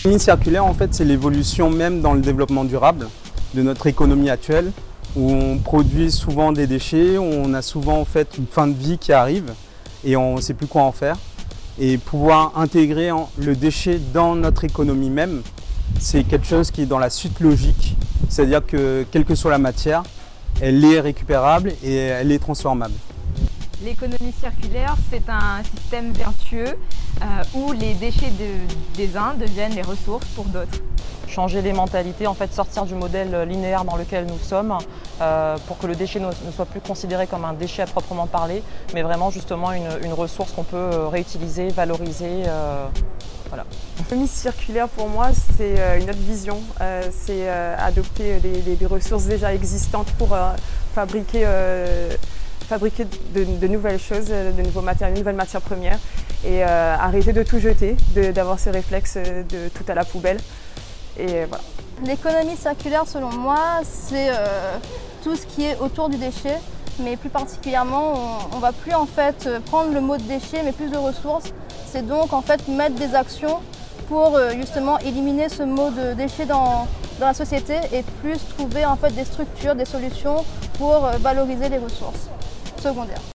L'économie circulaire, en fait, c'est l'évolution même dans le développement durable de notre économie actuelle, où on produit souvent des déchets, où on a souvent en fait une fin de vie qui arrive et on ne sait plus quoi en faire. Et pouvoir intégrer le déchet dans notre économie même, c'est quelque chose qui est dans la suite logique. C'est-à-dire que quelle que soit la matière, elle est récupérable et elle est transformable. L'économie circulaire, c'est un système vertueux où les déchets des uns deviennent les ressources pour d'autres. Changer les mentalités, en fait sortir du modèle linéaire dans lequel nous sommes pour que le déchet ne soit plus considéré comme un déchet à proprement parler, mais vraiment justement une ressource qu'on peut réutiliser, valoriser. Voilà. L'économie circulaire pour moi c'est une autre vision, c'est adopter des ressources déjà existantes pour fabriquer de nouvelles choses, de nouveaux matériaux, de nouvelles matières premières et arrêter de tout jeter, d'avoir ce réflexe de tout à la poubelle. Et voilà. L'économie circulaire, selon moi, c'est tout ce qui est autour du déchet, mais plus particulièrement, on ne va plus en fait prendre le mot de déchet, mais plus de ressources. C'est donc en fait mettre des actions pour justement éliminer ce mot de déchet dans la société et plus trouver en fait des structures, des solutions pour valoriser les ressources secondaires.